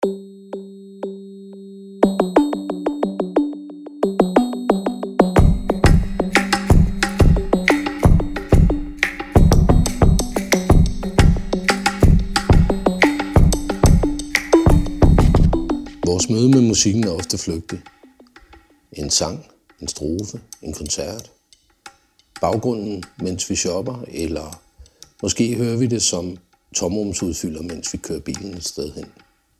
Vores møde med musikken er ofte flygtig. En sang, en strofe, en koncert. Baggrunden, mens vi shopper, eller måske hører vi det som tomrumsudfylder, mens vi kører bilen et sted hen.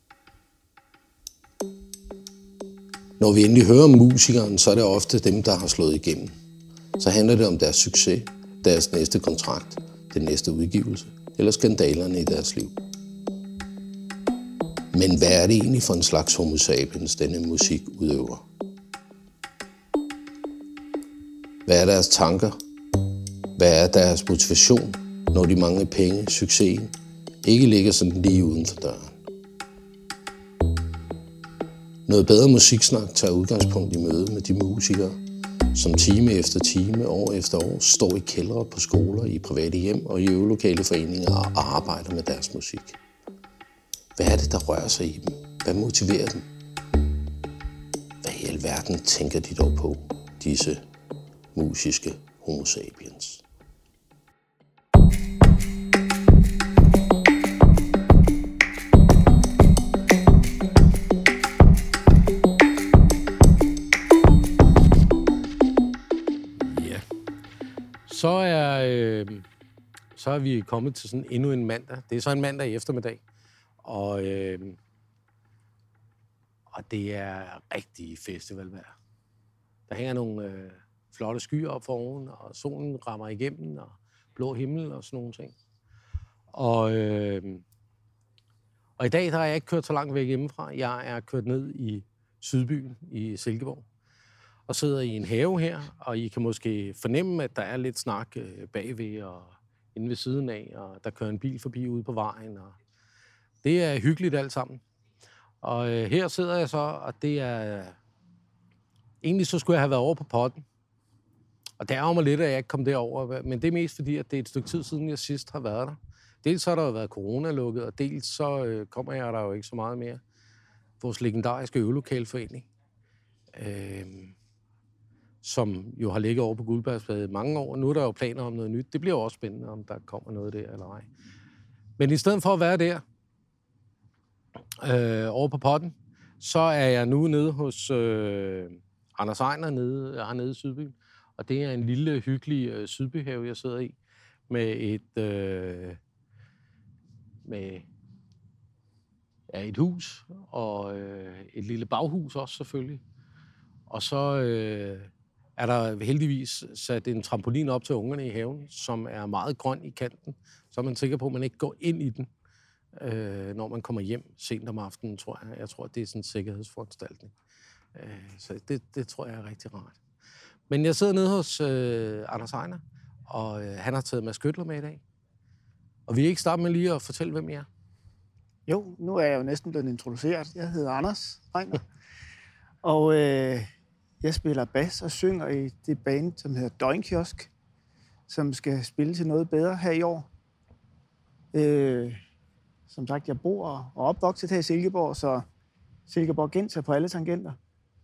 Når vi endelig hører om musikeren, så er det ofte dem, der har slået igennem. Så handler det om deres succes, deres næste kontrakt, den næste udgivelse, eller skandalerne i deres liv. Men hvad er det egentlig for en slags homo sapiens, denne musik udøver? Hvad er deres tanker? Hvad er deres motivation, når de mange penge, succesen, ikke ligger sådan lige uden for døren? Noget bedre musiksnak tager udgangspunkt i møde med de musikere, som time efter time, år efter år, står i kældre på skoler, i private hjem og i øvelokale foreninger og arbejder med deres musik. Hvad er det, der rører sig i dem? Hvad motiverer dem? Hvad i alverden tænker de dog på, disse musiske homo sapiens? Ja, så er vi kommet til sådan endnu en mandag. Det er så en mandag i eftermiddag. Og det er rigtig festivalvejr. Der hænger nogle flotte skyer op for oven, og solen rammer igennem, og blå himmel og sådan nogle ting. Og i dag der har jeg ikke kørt så langt væk hjemmefra. Jeg er kørt ned i Sydbyen i Silkeborg og sidder i en have her, og I kan måske fornemme, at der er lidt snak bagved og inde ved siden af, og der kører en bil forbi ude på vejen, og det er hyggeligt alt sammen. Og her sidder jeg så, og det er... Egentlig så skulle jeg have været over på potten. Og det ærger mig lidt, at jeg ikke kom derover, men det er mest fordi, at det er et stykke tid siden, jeg sidst har været der. Dels så har der jo været coronalukket, og dels så kommer jeg der jo ikke så meget mere. Vores legendariske øvelokalforening, som jo har ligget over på Guldbergsgade i mange år. Nu er der jo planer om noget nyt. Det bliver jo også spændende, om der kommer noget der eller ej. Men i stedet for at være der, over på potten, så er jeg nu nede hos Anders Ejner nede i Sydbyen. Og det er en lille, hyggelig sydbyhave, jeg sidder i, med et hus og et lille baghus også selvfølgelig. Og så er der heldigvis sat en trampolin op til ungerne i haven, som er meget grøn i kanten, så er man sikker på, at man ikke går ind i den, når man kommer hjem sent om aftenen, tror jeg. Jeg tror, det er sådan en sikkerhedsforanstaltning. Så det tror jeg er rigtig rart. Men jeg sidder nede hos Anders Ejner, og han har taget Mads Gøtler med i dag. Og vi er ikke starte med lige at fortælle, hvem I er. Jo, nu er jeg jo næsten blevet introduceret. Jeg hedder Anders Ejner, og jeg spiller bas og synger i det band, som hedder Døgnkiosk, som skal spille til noget bedre her i år. Som sagt, jeg bor og opvokset her i Silkeborg, så Silkeborgenser på alle tangenter.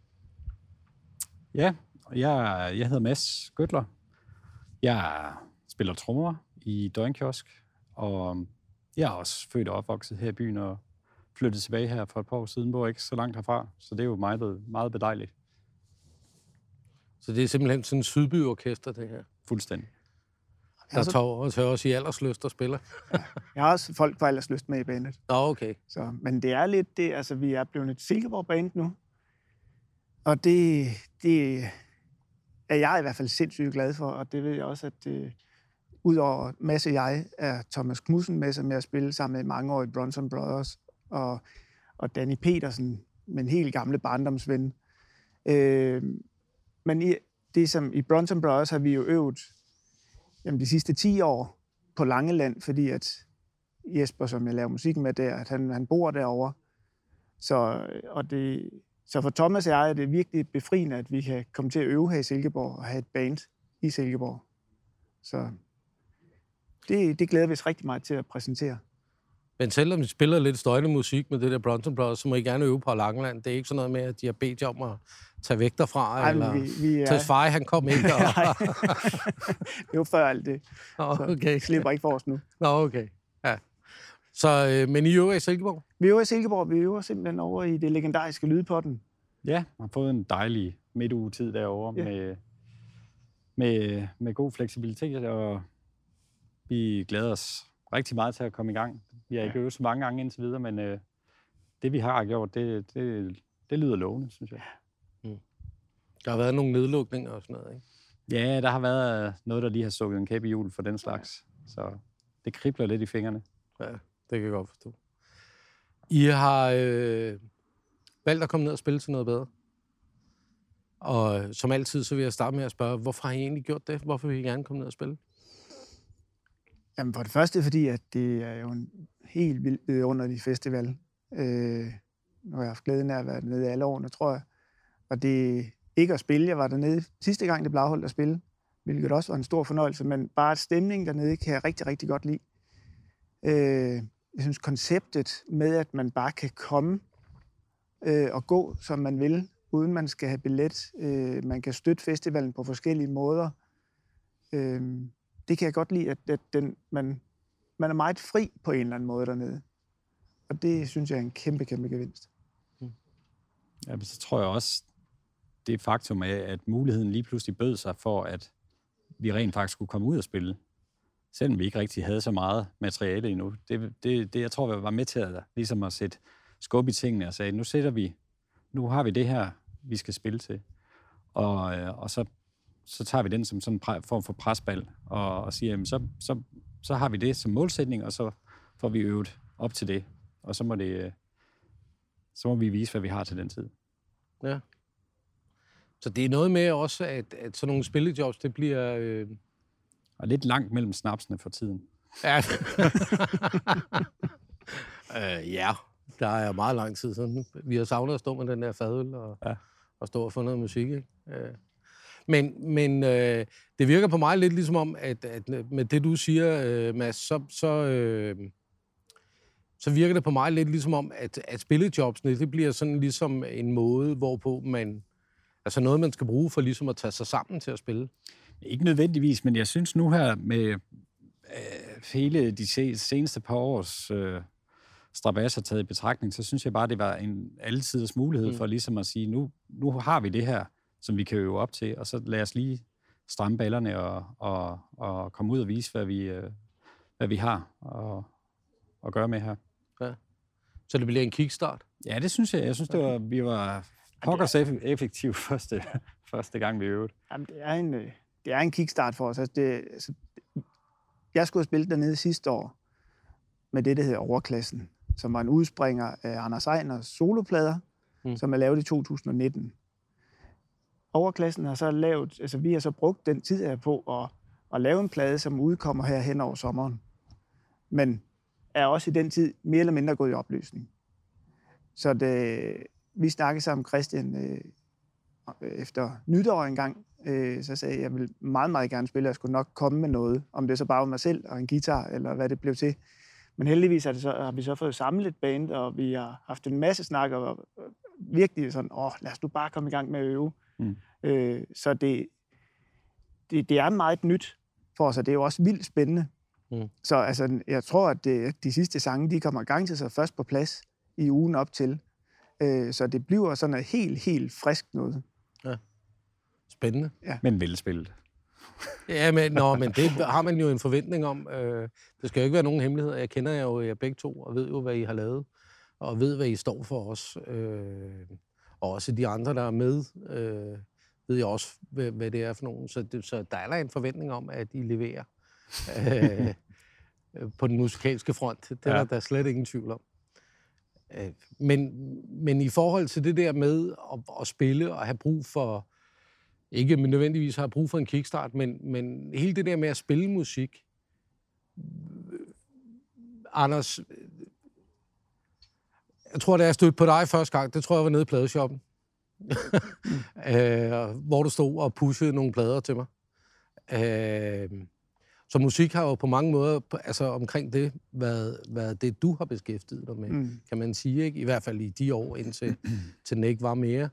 Ja, jeg hedder Mads Gøtler. Jeg spiller trommer i Døgnkiosk, og jeg er også født og opvokset her i byen og flyttet tilbage her for et par år siden, bor ikke så langt herfra, så det er jo meget bedejligt. Så det er simpelthen sådan en sydbyorkester, det her? Fuldstændig. Der tager også i alderslyst og spiller? Ja, jeg har også folk på alderslyst med i bandet. Okay. Så, men det er lidt det, altså vi er blevet et Silkeborg-band nu, og det er jeg i hvert fald sindssygt glad for, og det ved jeg også, at udover Mads og jeg, er Thomas Knudsen med, som jeg har spillet sammen med mange år i Bronson Brothers, og Danny Petersen, min helt gamle barndomsven. Men i Bronson Brothers har vi jo øvet de sidste 10 år på Langeland, fordi at Jesper, som jeg laver musik med der, at han bor derovre. Så for Thomas og jeg er det virkelig befriende, at vi kan komme til at øve her i Silkeborg og have et band i Silkeborg. Så det glæder vi os rigtig meget til at præsentere. Men selvom de spiller lidt støjende musik med det der Bronson Brothers, så må I gerne øve på Langeland. Det er ikke sådan noget med, at de har bedt jer om at tage væk derfra, Ej, eller vi er... Tesfaye, han kom ikke. Og... det var før alt det. Nå, okay. Så slipper ikke for os nu. Nå, okay. Ja. Så, men I øver i Silkeborg? Vi øver i Silkeborg. Vi øver simpelthen over i det legendariske Lydpotten. Ja, jeg har fået en dejlig midtugetid derovre med god fleksibilitet, og vi glæder os rigtig meget til at komme i gang. Vi har ikke øvet så mange gange indtil videre, men det vi har gjort, det lyder lovende, synes jeg. Der har været nogle nedlukninger og sådan noget, ikke? Ja, der har været noget, der lige har stukket en kæp i hjulet for den slags. Så det kribler lidt i fingrene. Ja, det kan jeg godt forstå. I har valgt at komme ned og spille til noget bedre. Og som altid, så vil jeg starte med at spørge, hvorfor har I egentlig gjort det? Hvorfor vil I gerne komme ned og spille? Jamen for det første, fordi at det er jo en helt vild vidunderlig festival. Nu har jeg haft glæden af at være nede alle årene, tror jeg. Og det ikke at spille. Jeg var dernede sidste gang, det blev afholdt at spille, hvilket også var en stor fornøjelse, men bare stemningen dernede kan jeg rigtig, rigtig godt lide. Jeg synes, konceptet med, at man bare kan komme og gå, som man vil, uden man skal have billet. Man kan støtte festivalen på forskellige måder. Det kan jeg godt lide, at man er meget fri på en eller anden måde dernede. Og det synes jeg er en kæmpe, kæmpe gevinst. Ja, men så tror jeg også, det faktum af, at muligheden lige pludselig bød sig for, at vi rent faktisk skulle komme ud og spille, selvom vi ikke rigtig havde så meget materiale endnu. Det jeg tror, vi var med til ligesom at sætte skub i tingene og sagde, nu har vi det her, vi skal spille til. Og så tager vi den som sådan en form for presbal, og siger, jamen, så har vi det som målsætning, og så får vi øvet op til det. Og så må vi vise, hvad vi har til den tid. Ja. Så det er noget med også, at sådan nogle spillejobs, det bliver... Og lidt langt mellem snapsene for tiden. Ja. Ja, der er meget lang tid siden. Vi har savnet at stå med den der fadøl og stå og få noget musik, ikke? Men det virker på mig lidt ligesom om, at med det, du siger, Mads, så virker det på mig lidt ligesom om, at spillejobsene, det bliver sådan ligesom en måde, hvorpå man... Altså noget, man skal bruge for ligesom at tage sig sammen til at spille. Ikke nødvendigvis, men jeg synes nu her med hele de seneste par års strabasser taget i betragtning, så synes jeg bare, det var en alletiders mulighed for ligesom at sige, nu har vi det her, som vi kan øve op til, og så lad os lige stramme ballerne og komme ud og vise, hvad vi har at gøre med her. Ja. Så det bliver en kickstart? Ja, det synes jeg. Jeg synes, vi var pokkers effektiv første gang, vi øvede. Jamen, det er en kickstart for os. Jeg skulle have spillet dernede sidste år med det, der hedder Overklassen, som var en udspringer af Anders Ejners soloplader, som er lavet i 2019. Overklassen har så lavet, altså vi har så brugt den tid her på at lave en plade, som udkommer her hen over sommeren. Men er også i den tid mere eller mindre gået i opløsning. Så vi snakkede sammen med Christian efter nytår engang, så sagde jeg vil meget, meget gerne spille, jeg skulle nok komme med noget, om det så bare var mig selv og en guitar, eller hvad det blev til. Men heldigvis har vi så fået samlet et band, og vi har haft en masse snak, og virkelig sådan, lad os nu bare komme i gang med at øve. Så det er meget nyt for os, og det er jo også vildt spændende. Så altså, jeg tror, at de sidste sange, de kommer i gang til sig først på plads i ugen op til. Så det bliver sådan et helt frisk noget. Ja. Spændende. Ja. Men velspillet. Ja, men det har man jo en forventning om. Det skal jo ikke være nogen hemmeligheder. Jeg kender jer begge to, og ved jo, hvad I har lavet, og ved, hvad I står for os. Og også de andre, der er med, ved jeg også, hvad det er for nogen. Så der er der en forventning om, at I leverer på den musikalske front. Det er der slet ingen tvivl om. Men i forhold til det der med at spille og have brug for, ikke nødvendigvis have brug for en kickstart, men hele det der med at spille musik. Anders, jeg tror, da jeg stødte på dig første gang, det tror jeg var nede i pladeshoppen, hvor du stod og pushede nogle plader til mig. Så musik har jo på mange måder, altså omkring det, været det, du har beskæftiget dig med, kan man sige, ikke? I hvert fald i de år, indtil den ikke var mere.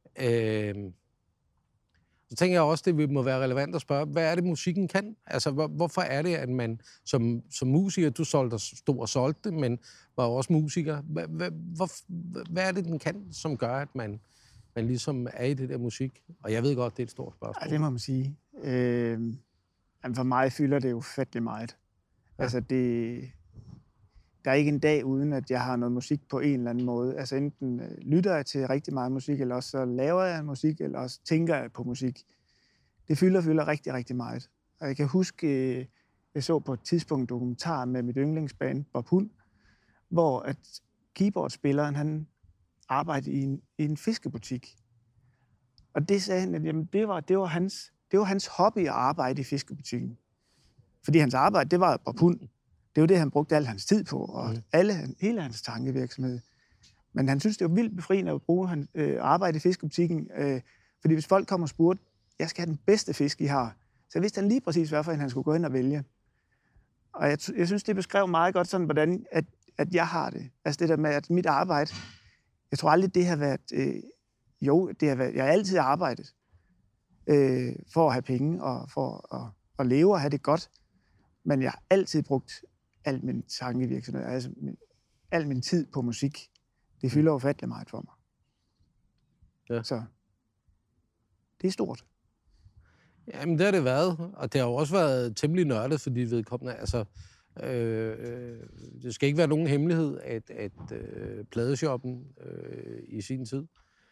Så tænker jeg også, det må være relevant at spørge, hvad er det, musikken kan? Altså, hvorfor er det, at man som musiker, du stod og solgte det, men var også musiker. Hvad er det, den kan, som gør, at man ligesom er i det der musik? Og jeg ved godt, det er et stort spørgsmål. Ja, det må man sige. For mig fylder det jo ufattelig meget. Ja. Altså, der er ikke en dag, uden at jeg har noget musik på en eller anden måde. Altså, enten lytter jeg til rigtig meget musik, eller også så laver jeg musik, eller også tænker jeg på musik. Det fylder rigtig, rigtig meget. Og jeg kan huske, jeg så på et tidspunkt dokumentar med mit yndlingsband, Bob Hund, hvor at keyboardspilleren, han arbejdede i en fiskebutik. Og det sagde han, at jamen, det var hans hobby at arbejde i fiskebutikken. Fordi hans arbejde, det var Bob Hund. Det var det, han brugte al hans tid på, og hele hans tankevirksomhed. Men han synes, det var vildt befriende at bruge arbejde i fiskebutikken. Fordi hvis folk kommer og spurgte, jeg skal have den bedste fisk, I har, så vidste han lige præcis, hvorfor han skulle gå ind og vælge. Og jeg synes, det beskrev meget godt sådan, hvordan at jeg har det. Altså det der med, at mit arbejde, jeg tror aldrig, det har været... jeg har altid arbejdet for at have penge og for at leve og have det godt. Men jeg har altid brugt al min tankevirksomhed, altså al min tid på musik. Det fylder ufattelig meget for mig. Ja. Så det er stort. Jamen, det har det været. Og det har jo også været temmelig nørdet, fordi vedkommende, altså... det skal ikke være nogen hemmelighed, at pladeshoppen i sin tid,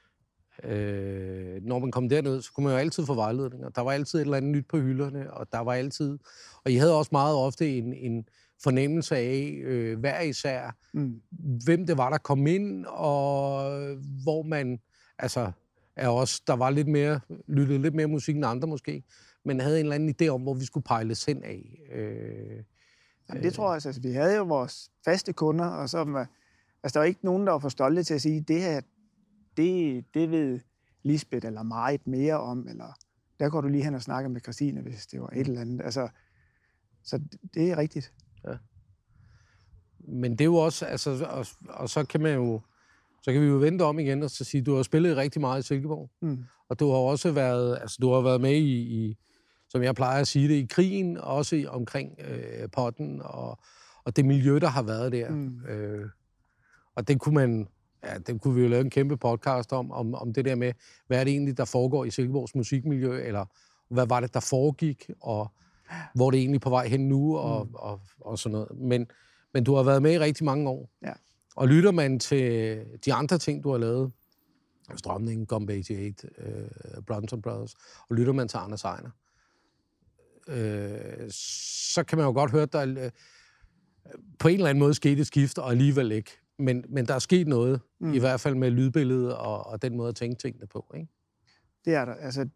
når man kom derned, så kunne man jo altid få vejledninger. Der var altid et eller andet nyt på hylderne, og der var altid... Og I havde også meget ofte en fornemmelse af, hver især, hvem det var, der kom ind, og hvor man... Altså, der var lyttede lidt mere musik end andre måske, men havde en eller anden idé om, hvor vi skulle pejles hen af. Jamen, det tror jeg, altså, vi havde jo vores faste kunder, og så der var ikke nogen, der var for stolte til at sige, det her, det ved Lisbeth eller Marit mere om, eller der går du lige hen og snakker med Christine, hvis det var et eller andet. Altså, så det er rigtigt. Ja. Men det er jo også, altså, og så kan vi jo vente om igen og så sige, du har spillet rigtig meget i Silkeborg, og du har også været, altså du har været med i som jeg plejer at sige det, i krigen, også omkring potten, og det miljø, der har været der. Og det kunne vi jo lave en kæmpe podcast om det der med, hvad er det egentlig, der foregår i Silkeborgs musikmiljø, eller hvad var det, der foregik, og hvor er det egentlig på vej hen nu, og sådan noget. Men du har været med i rigtig mange år. Ja. Og lytter man til de andre ting, du har lavet, Strømningen, Gump 88, Brunson Brothers, og lytter man til Anders Ejer, så kan man jo godt høre, at der på en eller anden måde skete et skift, og alligevel ikke. Men der er sket noget, i hvert fald med lydbilledet og den måde at tænke tingene på, ikke? Det er der.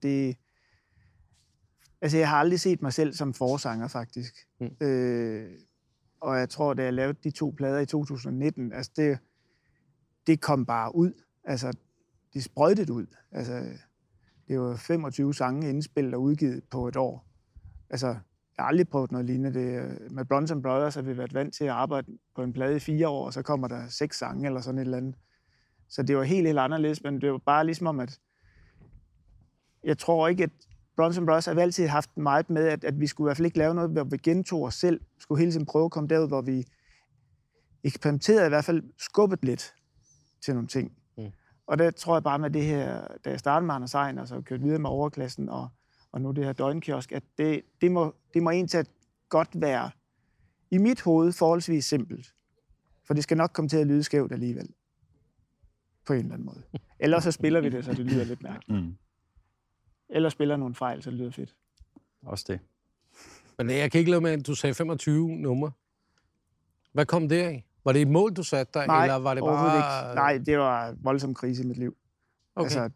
Altså, jeg har aldrig set mig selv som forsanger, faktisk. Og jeg tror, da jeg lavede de 2 plader i 2019, altså det kom bare ud. Altså, det sprøjtede ud. Altså, det var 25 sange indspillet og udgivet på et år. Altså, jeg har aldrig prøvet noget lignende. Med Brunson Brothers har vi været vant til at arbejde på en plade i 4 år, og så kommer der 6 sange eller sådan et eller andet. Så det var helt anderledes, men det var bare ligesom om, at jeg tror ikke, at Brunson Brothers har altid haft meget med, at vi skulle i hvert fald ikke lave noget, hvor vi gentog os selv. Vi skulle hele tiden prøve at komme derud, hvor vi eksperimenterede, i hvert fald skubbet lidt til nogle ting. Og der tror jeg bare med det her, da jeg startede med Anders Ejer, og så kørte videre med Overklassen, og nu det her døgnkiosk, at det må egentlig godt være i mit hoved forholdsvis simpelt. For det skal nok komme til at lyde skævt alligevel. På en eller anden måde. Ellers så spiller vi det, så det lyder lidt mærkeligt. Eller spiller nogle fejl, så det lyder fedt. Også det. Men jeg kan ikke lade med, at du sagde 25 numre. Hvad kom det af? Var det et mål, du satte dig? Nej, eller var det bare... ikke. Nej, det var en voldsom krise i mit liv. Okay. Altså,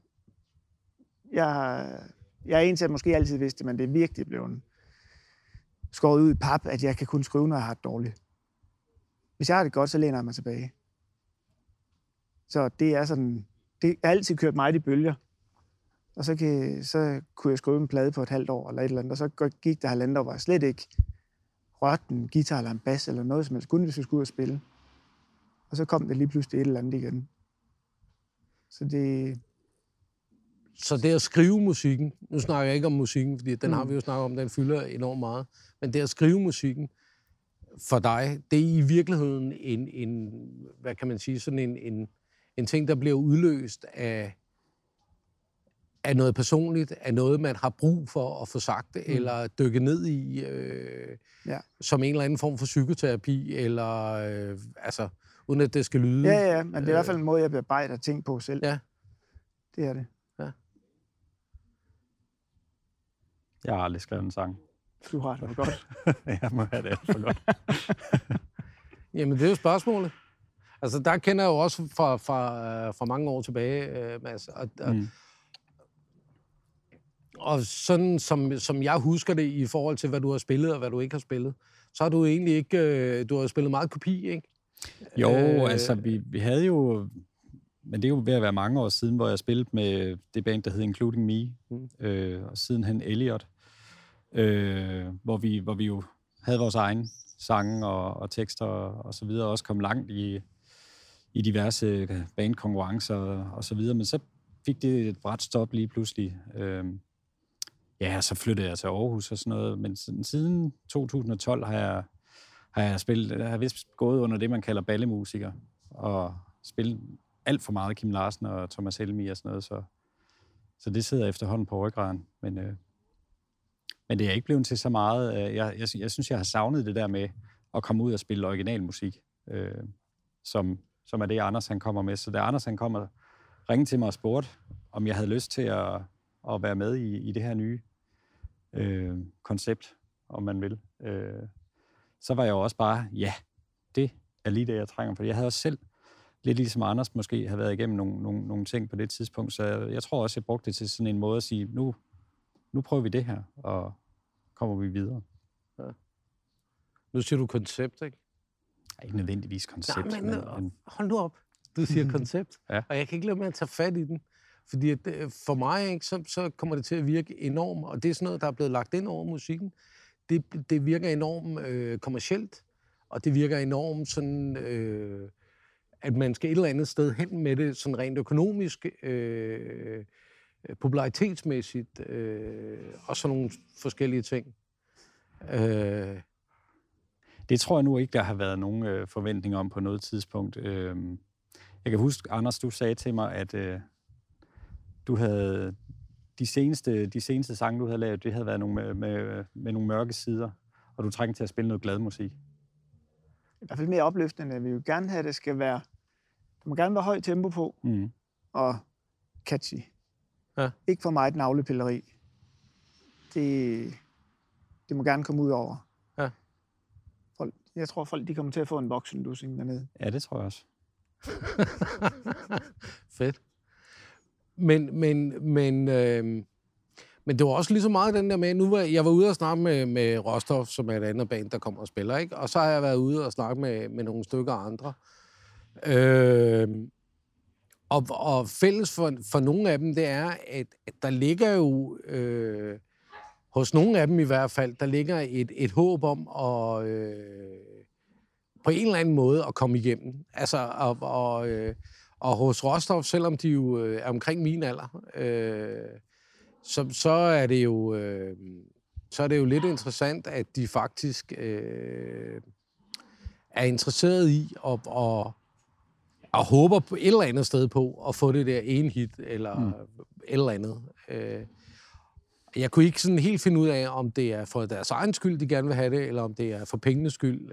jeg er en til at måske altid vidste, men det er virkelig blevet skåret ud i pap, at jeg kan kun skrive, når jeg har det dårligt. Hvis jeg har det godt, så læner jeg mig tilbage. Så det er sådan... Det har altid kørt mig i bølger. Og så kunne jeg skrive en plade på et halvt år, eller et eller andet, og så gik der halvandet år, hvor jeg slet ikke rørte en guitar eller en bas eller noget som helst, kun hvis vi skulle ud og spille. Og så kom det lige pludselig et eller andet igen. Så det at skrive musikken, nu snakker jeg ikke om musikken, fordi den har vi jo snakket om, den fylder enormt meget, men det at skrive musikken for dig, det er i virkeligheden en hvad kan man sige, sådan en ting, der bliver udløst af noget personligt, af noget, man har brug for at få sagt, eller dykke ned i, som en eller anden form for psykoterapi, eller altså, uden at det skal lyde. Ja, men det er i hvert fald en måde, jeg bearbejder ting på selv. Ja. Det er det. Ja. Jeg har aldrig skrevet en sang. Du har det godt. Jeg må have det alt for godt. Jamen, det er jo spørgsmålet. Altså, der kender jeg jo også fra mange år tilbage, Mads. Og sådan som jeg husker det i forhold til, hvad du har spillet og hvad du ikke har spillet, så har du egentlig ikke... Du har spillet meget kopi, ikke? Jo, altså vi havde jo... Men det er jo ved at være mange år siden, hvor jeg spillede med det band, der hed Including Me, og sidenhen Elliot, hvor vi jo havde vores egen sange og tekster og så videre, og også kom langt i diverse bandkonkurrencer og så videre, men så fik det et brat stop lige pludselig. Så flyttede jeg til Aarhus og sådan noget, men siden 2012 har jeg vist gået under det, man kalder ballemusiker, og spillet alt for meget Kim Larsen og Thomas Helmig og sådan noget, så det sidder efterhånden på ryggraden. Men det er ikke blevet til så meget. Jeg synes, jeg har savnet det der med at komme ud og spille originalmusik, som er det, Anders han kommer med. Så da Anders han kom og ringede til mig og spurgte, om jeg havde lyst til at være med i det her nye koncept, om man vil, så var jeg jo også bare, ja, det er lige det, jeg trænger for. Jeg havde også selv, lidt ligesom Anders måske, have været igennem nogle ting på det tidspunkt, så jeg tror også, jeg brugte det til sådan en måde at sige, nu prøver vi det her, og kommer vi videre. Ja. Nu siger du koncept, ikke? Ikke nødvendigvis koncept. Nej, men hold nu op. Du siger koncept, ja. Og jeg kan ikke lade med at tage fat i den. Fordi at, for mig, ikke, så kommer det til at virke enormt, og det er sådan noget, der er blevet lagt ind over musikken. Det virker enormt kommercielt, og det virker enormt sådan, at man skal et eller andet sted hen med det, sådan rent økonomisk, popularitetsmæssigt, og sådan nogle forskellige ting. Det tror jeg nu ikke, der har været nogen forventninger om på noget tidspunkt. Jeg kan huske, Anders, du sagde til mig, at du havde de seneste sange, du havde lavet, det havde været nogle med nogle mørke sider, og du trængte til at spille noget glad musik. I hvert fald mere opløftende. Vi vil gerne have, at det skal være... Der må gerne være højt tempo på, og catchy. Ja. Ikke for meget navlepilleri. Det må gerne komme ud over. Ja. Jeg tror, folk de kommer til at få en voksenlussing dernede. Ja, det tror jeg også. Fedt. Men det var også lige så meget den der med, jeg var ude og snakke med Rostov, som er et andet band, der kommer og spiller, ikke? Og så har jeg været ude og snakke med nogle stykker andre. Og fælles for nogle af dem, det er, at der ligger jo, hos nogle af dem i hvert fald, der ligger et håb om at på en eller anden måde at komme igennem. Altså, og hos Rostov, selvom de jo er omkring min alder, så er det jo lidt interessant, at de faktisk er interesseret i og håber på et eller andet sted på at få det der ene hit, eller et eller andet. Jeg kunne ikke sådan helt finde ud af, om det er for deres egen skyld, de gerne vil have det, eller om det er for pengenes skyld,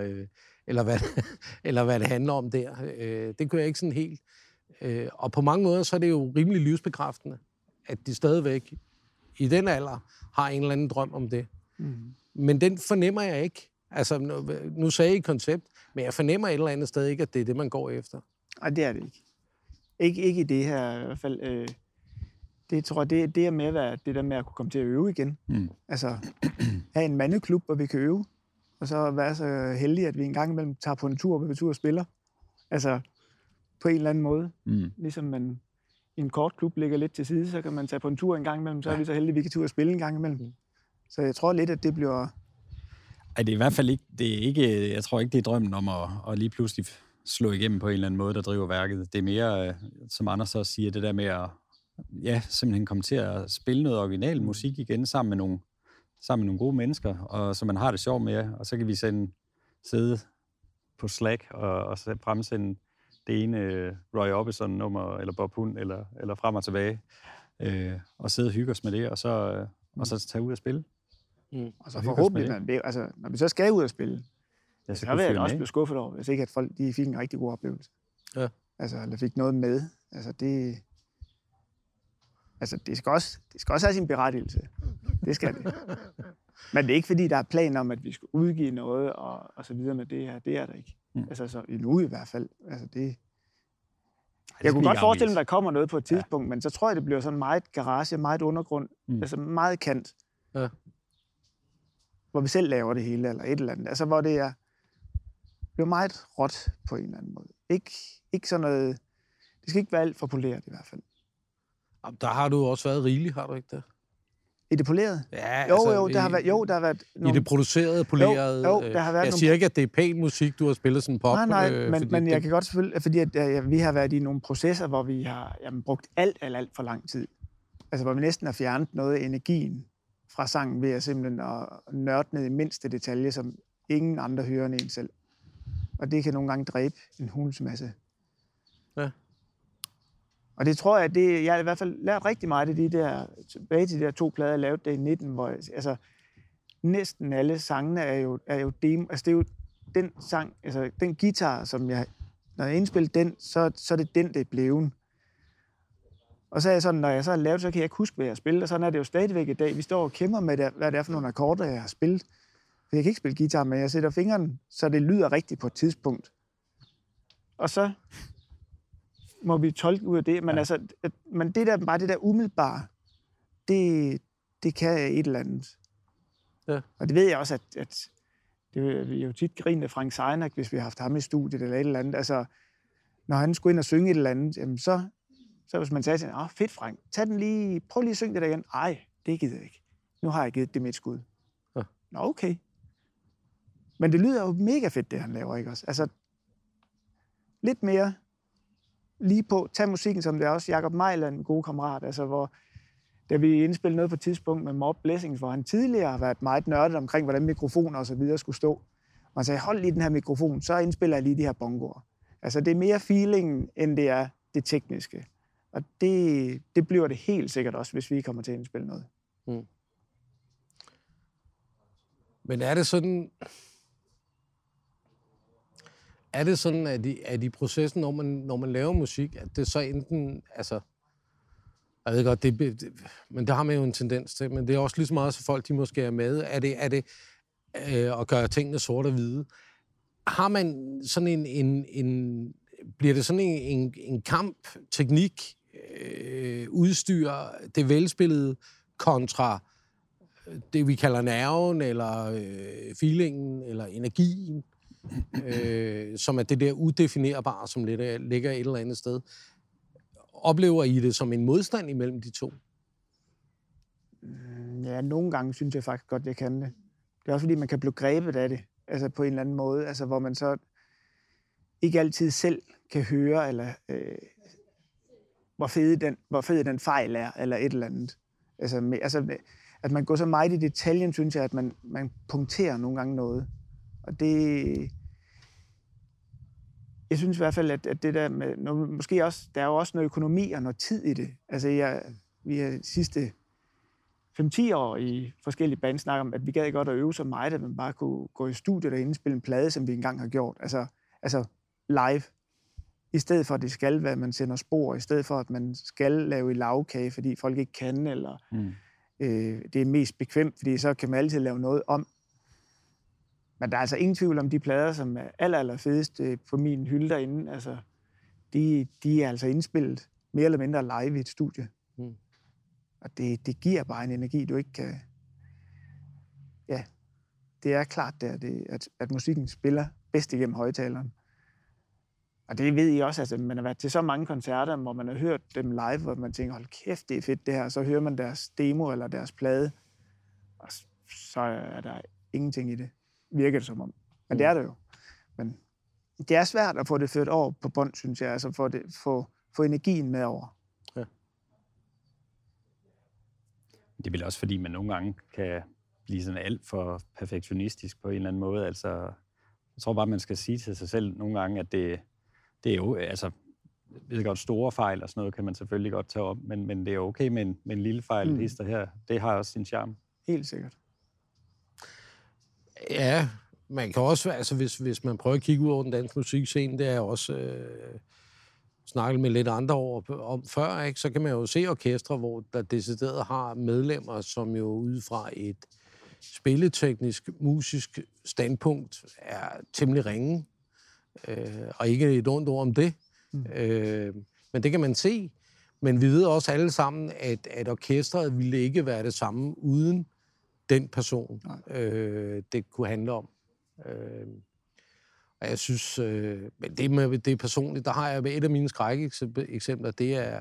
eller hvad det handler om der. Det kunne jeg ikke sådan helt. Og på mange måder, så er det jo rimelig livsbekræftende, at de stadigvæk i den alder har en eller anden drøm om det. Men den fornemmer jeg ikke. Altså, nu sagde I koncept, men jeg fornemmer et eller andet sted ikke, at det er det, man går efter. Nej, det er det ikke. Ikke i det her i hvert fald. Det tror jeg, det er med det der med at kunne komme til at øve igen. Altså, have en mandeklub, hvor vi kan øve, og så være så heldige, at vi en gang imellem tager på en tur, hvor vi tur og spiller. Altså, på en eller anden måde. Ligesom man i en kort klub ligger lidt til side, så kan man tage på en tur en gang imellem, så er vi så heldige, at vi kan tur og spille en gang imellem. Så jeg tror lidt, at det bliver... Ej, det er i hvert fald ikke, jeg tror ikke, det er drømmen om at lige pludselig slå igennem på en eller anden måde, der driver værket. Det er mere, som Anders også siger, det der med at simpelthen komme til at spille noget original musik igen sammen med nogle gode mennesker, og så man har det sjovt med, og så kan vi sidde på Slack og fremsende det ene Roy Orbison-nummer, eller Bob Hund, eller frem og tilbage, og sidde og hygge os med det, og så tage ud og spille. Og så forhåbentlig, når vi så skal ud og spille, så vil jeg også blive skuffet over, hvis ikke at folk de fik en rigtig god oplevelse. Ja. Eller fik noget med. Det skal også have sin berettigelse. Det skal det. Men det er ikke, fordi der er planer om, at vi skal udgive noget og så videre med det her. Det er der ikke. Så endnu i hvert fald. Jeg kunne godt forestille mig, at der kommer noget på et tidspunkt, men så tror jeg, det bliver sådan meget garage, meget undergrund, meget kant. Ja. Hvor vi selv laver det hele, eller et eller andet. Hvor det bliver meget råt på en eller anden måde. Ikke sådan noget. Det skal ikke være alt for poleret i hvert fald. Der har du også været rigelig, har du ikke det? I det polerede? Ja, der har været nogle... I det producerede, polerede... Jo, der har været jeg siger ikke, at det er pæn musik, du har spillet sådan pop. Nej, men jeg kan godt selvfølgelig... Fordi vi har været i nogle processer, hvor vi har brugt alt for lang tid. Hvor vi næsten har fjernet noget af energien fra sangen ved at simpelthen at nørde ned i mindste detalje, som ingen andre hører end en selv. Og det kan nogle gange dræbe en hulens masse. Ja. Og det tror jeg, jeg har i hvert fald lært rigtig meget af tilbage til de der 2 plader, jeg lavede det i 19, hvor næsten alle sangene er jo demo. Det er jo den sang, den guitar, som når jeg indspiller den, så er det den, det er blevet. Og så er jeg sådan, når jeg så har lavet, så kan jeg ikke huske, hvad jeg har spillet, og sådan er det jo stadigvæk i dag. Vi står og kæmper med, hvad det er for nogle akkorder, jeg har spillet. For jeg kan ikke spille guitar, men jeg sætter fingeren, så det lyder rigtigt på et tidspunkt. Og så må vi tolke ud af det. Men, men det der umiddelbare, det kan et eller andet. Ja. Og det ved jeg også, at det er jo tit grint af Frank Seinak, hvis vi har haft ham i studiet eller et eller andet. Når han skulle ind og synge et eller andet, jamen så hvis man sagde til ham, fedt Frank, prøv lige at synge det der igen. Ej, det gider jeg ikke. Nu har jeg givet det mit skud. Ja. Nå, okay. Men det lyder jo mega fedt, det han laver, ikke også? Lidt mere lige på, tag musikken, som det er også Jacob Mejland, en god kammerat, hvor da vi indspillede noget på et tidspunkt med Mob Blessings, hvor han tidligere har været meget nørdet omkring, hvordan mikrofoner og så videre skulle stå. Og han sagde, hold lige den her mikrofon, så indspiller jeg lige de her bongoer. Det er mere feelingen, end det er det tekniske. Og det bliver det helt sikkert også, hvis vi kommer til at indspille noget. Mm. Men er det sådan, at i processen, når man laver musik, at det så enten, jeg ved godt, men det har man jo en tendens til, men det er også lige så meget, så folk de måske er med. Er det at gøre tingene sort og hvide? Har man sådan bliver det sådan en kamp, teknik, udstyr, det velspillede kontra det, vi kalder nerven, eller feelingen, eller energien, som er det der udefinerbare, som ligger et eller andet sted. Oplever I det som en modstand imellem de to? Ja, nogle gange synes jeg faktisk godt, jeg kan det. Det er også fordi, man kan blive grebet af det, på en eller anden måde, hvor man så ikke altid selv kan høre, eller hvor fed den fejl er, eller et eller andet. At man går så meget i detaljen, synes jeg, at man punkterer nogle gange noget. Og det... Jeg synes i hvert fald, at det der med... Måske også, der er jo også noget økonomi og noget tid i det. Vi har de sidste 5-10 år i forskellige band snakket om, at vi gad godt at øve så meget, at man bare kunne gå i studiet og indspille en plade, som vi engang har gjort. Live. I stedet for, at det skal være, at man sender spor, i stedet for, at man skal lave i lavkage, fordi folk ikke kan, eller det er mest bekvemt, fordi så kan man altid lave noget om. Men der er ingen tvivl om de plader, som er aller fedest på min hylde derinde. De er indspillet mere eller mindre live i et studie. Mm. Og det giver bare en energi, du ikke kan... Ja, det er klart at musikken spiller bedst igennem højtaleren. Og det ved I også, man har været til så mange koncerter, hvor man har hørt dem live, hvor man tænker, hold kæft, det er fedt det her. Så hører man deres demo eller deres plade, og så er der ingenting i det. virker det som om. Men det er det jo. Men det er svært at få det ført over på bånd, synes jeg. Altså få energien med over. Ja. Det er vel også, fordi man nogle gange kan blive sådan alt for perfektionistisk på en eller anden måde. Altså, jeg tror bare, man skal sige til sig selv nogle gange, at det er jo, altså, jeg ved godt, store fejl og sådan noget kan man selvfølgelig godt tage op, men det er okay med en lille fejl, hister her. Det har også sin charme. Helt sikkert. Ja, man kan også, altså hvis man prøver at kigge ud over den danske musikscene, det er også snakket med lidt andre om før, ikke? Så kan man jo se orkestre, hvor der decideret har medlemmer, som jo ud fra et spilleteknisk, musisk standpunkt er temmelig ringe, og ikke et ondt ord om det. Men det kan man se. Men vi ved også alle sammen, at orkestret ville ikke være det samme uden den person, det kunne handle om. Og jeg synes, men det er personligt, der har jeg et af mine skrækeksempler, det er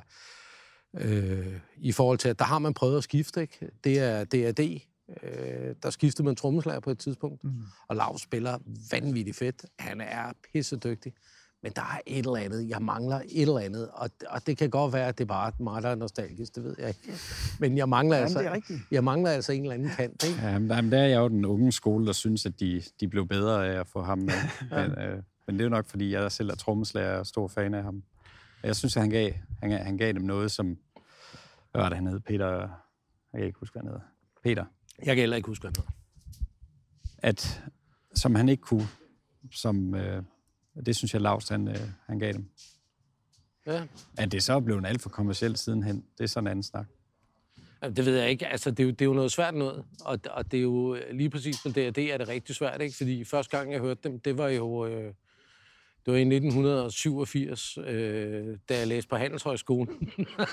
i forhold til, at der har man prøvet at skifte, ikke? Det er D. Der skiftede man trommeslager på et tidspunkt, og Lav spiller vanvittigt fedt. Han er pissedygtig. Men der er et eller andet, jeg mangler et eller andet, og det kan godt være, at det er bare mig, der er nostalgisk, det ved jeg ikke. Men jeg mangler, altså en eller anden kant, ikke? Ja, men der er jeg jo den unge skole, der synes, at de blev bedre af at få ham med. Men det er jo nok, fordi jeg selv er trommeslager og stor fan af ham. Og jeg synes, at han gav dem noget, som... Hvad var det, han hed? Peter... Jeg kan ikke huske, hvad han hedder. Peter. Jeg kan heller ikke huske, hvad han hedder. Som han ikke kunne... Det synes jeg, Laust, han gav dem. Ja. At det så er blevet alt for kommercielt sidenhen, det er sådan en anden snak. Jamen, det ved jeg ikke. Altså, det er jo noget svært noget. Og det er jo lige præcis med det er det rigtig svært, ikke? Fordi første gang, jeg hørte dem, det var jo... det var i 1987, da jeg læste på Handelshøjskolen.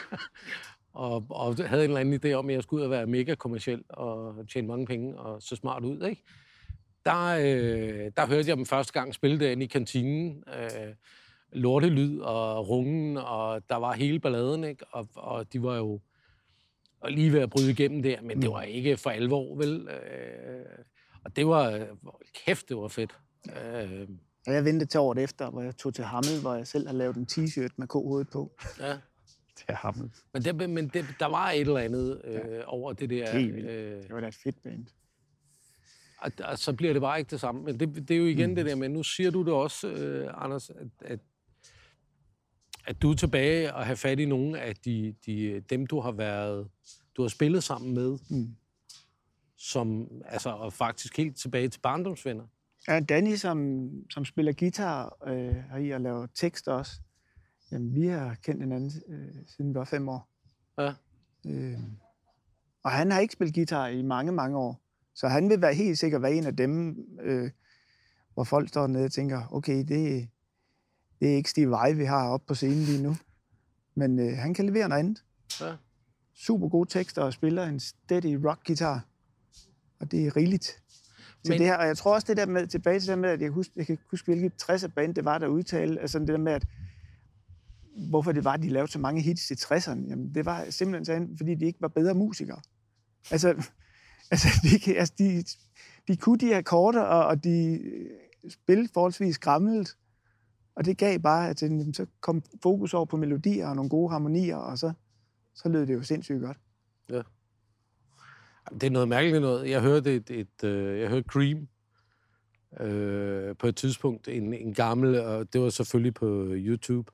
og havde en eller anden idé om, at jeg skulle ud og være mega kommerciel og tjene mange penge og så smart ud, ikke? Der hørte jeg dem første gang spille derinde i kantinen. Lortelyd og rungen, og der var hele balladen, ikke? Og de var jo lige ved at bryde igennem der, men det var ikke for alvor, vel? Og det var... Kæft, det var fedt. Og jeg ventede til året efter, hvor jeg tog til Hammel, hvor jeg selv har lavet en t-shirt med K-hovedet på. Ja. Det er Hammel. Men der var et eller andet over det der... Det var da et fedt band. Og så bliver det bare ikke det samme. Men det er jo igen det der med, nu siger du det også, Anders, at du er tilbage og har fat i nogle af dem, du har spillet sammen med, som altså faktisk helt tilbage til barndomsvenner. Ja, Danny, som spiller guitar heri og laver tekster også. Jamen, vi har kendt hinanden siden vi var 5 år. Ja. Og han har ikke spillet guitar i mange, mange år. Så han vil helt sikkert være en af dem, hvor folk står nede og tænker, okay, det er ikke Steve Vai, vi har oppe på scenen lige nu. Men han kan levere noget andet. Ja. Super gode tekster og spiller en steady rock-guitar. Og det er rigeligt. Det her. Og jeg tror også det der med, tilbage til det med, at jeg kan huske, hvilket 60'er-band det var, der udtalte, altså det der med, at hvorfor det var, at de lavede så mange hits i 60'erne. Jamen, det var simpelthen sådan, fordi de ikke var bedre musikere. Altså de kunne de akkorder, og de spillede forholdsvis skræmmelt. Og det gav bare, at så kom fokus over på melodier og nogle gode harmonier, og så lød det jo sindssygt godt. Ja. Det er noget mærkeligt noget. Jeg hørte jeg hørte Cream på et tidspunkt, en gammel, og det var selvfølgelig på YouTube,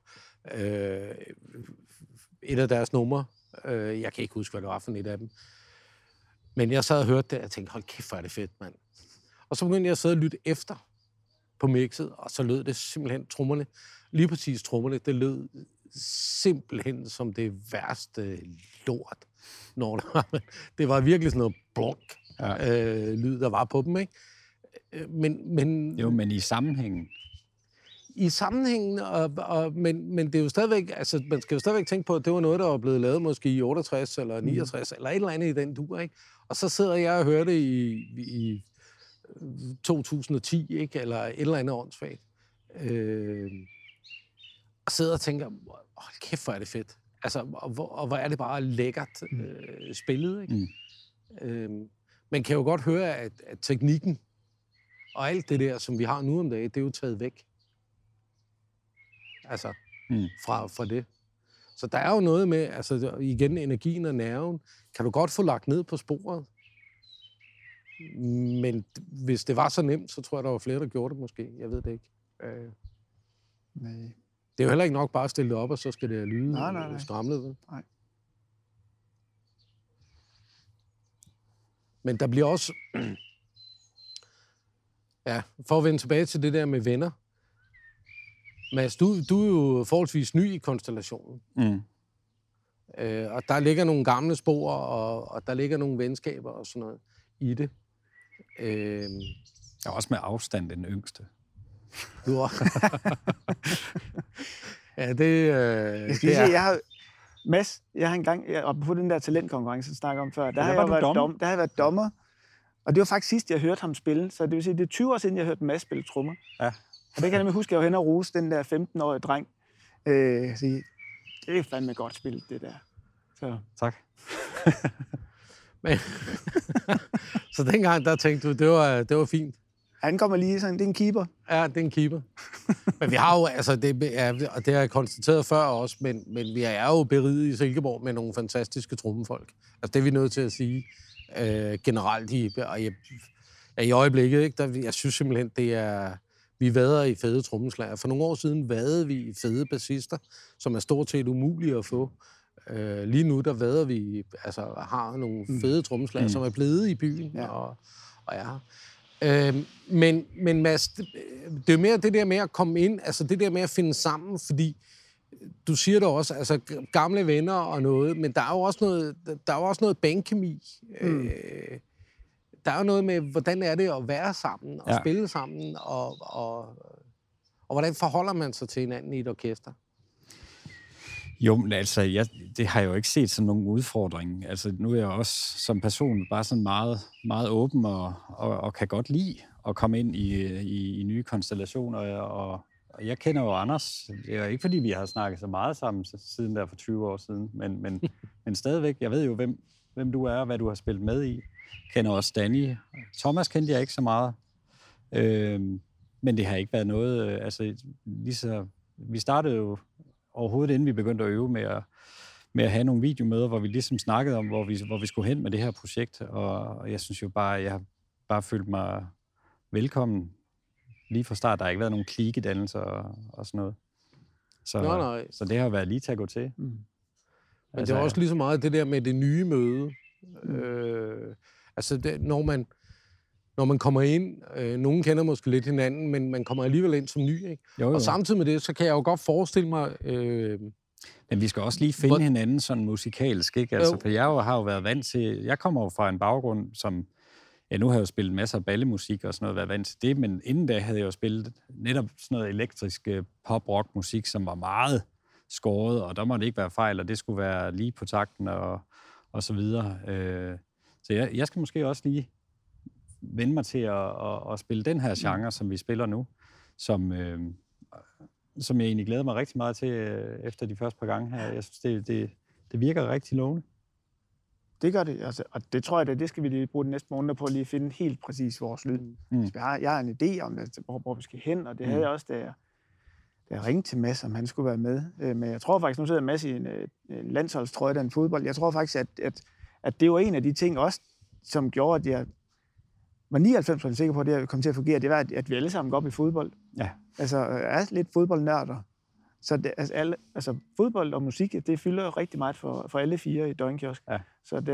et af deres numre. Jeg kan ikke huske, hvad det var for et af dem. Men jeg sad og hørte det, og jeg tænkte, hold kæft, hvor er det fedt, mand. Og så begyndte jeg at sidde og lytte efter på mixet, og så lød det simpelthen trommerne. Lige præcis trommerne, det lød simpelthen som det værste lort. Det var virkelig sådan noget blok lyd, der var på dem, ikke? Men i sammenhængen. I sammenhængen, men det er jo stadigvæk, altså man skal jo stadigvæk tænke på, at det var noget, der var blevet lavet måske i 68 eller 69, eller et eller andet i den dur, ikke? Og så sidder jeg og hører det i 2010, ikke? Eller et eller andet åndssvagt. Og sidder og tænker, hold kæft, hvor er det fedt. Altså, og hvor er det bare lækkert spillet, ikke? Man kan jo godt høre, at teknikken Og alt det der, som vi har nu om dagen, det er jo taget væk. Altså, fra det. Så der er jo noget med, altså igen, energien og nerven, kan du godt få lagt ned på sporet. Men hvis det var så nemt, så tror jeg, der var flere, der gjorde det måske. Jeg ved det ikke. Nej. Det er jo heller ikke nok bare at stille det op, og så skal det lyde skramlet. Vel? Nej. Men der bliver også... Ja, for at vende tilbage til det der med venner. Mads, du er jo forholdsvis ny i konstellationen. Og der ligger nogle gamle spor, og der ligger nogle venskaber og sådan noget i det. Jeg er også med afstand den yngste. Du er... Ja, det er... Mads, jeg har engang, oppe på den der talentkonkurrence, jeg snakker om før, der har jeg været dommer. Og det var faktisk sidst, jeg hørte ham spille. Så det vil sige, det er 20 år siden, jeg hørte Mads spille trommer. Ja. Og det kan jeg nemlig huske, at jeg var henne og rose den der 15-årige dreng. Sige, det er fandme godt spillet, det der. Så. Tak. Men, så dengang, der tænkte du, det var fint. Han kommer lige sådan, det er en keeper. Ja, det er en keeper. Men vi har jo, altså, og det har jeg konstateret før også, men vi er jo beriget i Silkeborg med nogle fantastiske trommefolk. Altså, det er vi nødt til at sige generelt i øjeblikket. Ikke? Jeg synes simpelthen, det er... Vi vader i fede trommeslager. For nogle år siden vadede vi i fede bassister, som er stort set umulige at få. Lige nu, der vader vi, altså har nogle fede trommeslager, som er blevet i byen. Ja. Og ja. Men Mads, det er jo mere det der med at komme ind, altså det der med at finde sammen, fordi du siger det også, altså gamle venner og noget, men der er jo også noget bandkemi. Der er jo noget med, hvordan er det at være sammen og spille sammen, og hvordan forholder man sig til hinanden i et orkester? Jo, men altså, det har jeg jo ikke set som nogen udfordring. Altså, nu er jeg også som person bare sådan meget, meget åben og kan godt lide at komme ind i nye konstellationer. Og jeg kender jo Anders. Det er ikke, fordi vi har snakket så meget sammen siden der for 20 år siden, men stadigvæk, jeg ved jo, hvem du er og hvad du har spillet med i. Jeg kender også Danny. Thomas kendte jeg ikke så meget. Men det har ikke været noget... vi startede jo overhovedet, inden vi begyndte at øve med at have nogle videomøder, hvor vi ligesom snakkede om, hvor vi skulle hen med det her projekt. Og jeg synes jo bare, jeg har bare følt mig velkommen lige fra start. Der har ikke været nogen klikedannelser og sådan noget. Så det har været lige til at gå til. Men altså, det er også lige så meget det der med det nye møde. Når man kommer ind, nogen kender måske lidt hinanden, men man kommer alligevel ind som ny, ikke? Jo. Og samtidig med det, så kan jeg jo godt forestille mig... Men vi skal også lige finde hinanden sådan musikalsk, ikke? Altså, for jeg har jo været vant til... Jeg kommer jo fra en baggrund, som... Ja, nu har jeg jo spillet masser af ballemusik og sådan noget, været vant til det, men inden da havde jeg jo spillet netop sådan noget elektrisk pop-rock-musik, som var meget skåret, og der måtte ikke være fejl, og det skulle være lige på takten og så videre. Så jeg skal måske også lige vende mig til at spille den her genre, som vi spiller nu, som jeg egentlig glæder mig rigtig meget til efter de første par gange her. Jeg synes, det virker rigtig lovende. Det gør det, altså, og det tror jeg, det skal vi lige bruge de næste måneder på at lige finde helt præcis vores lyd. Jeg har en idé om, hvor vi skal hen, og det havde jeg også, da jeg ringte til Mads, om han skulle være med. Men jeg tror faktisk, nu sidder Mads i en landsholdstrøje, der en fodbold. Jeg tror faktisk, at det var en af de ting også, som gjorde, at jeg var 99% sikker på, at det kom til at fungere. Det var, at vi alle sammen går op i fodbold. Ja. Altså, er lidt fodboldnørder. Så altså, fodbold og musik, det fylder rigtig meget for alle fire i Døgnkiosk. Ja.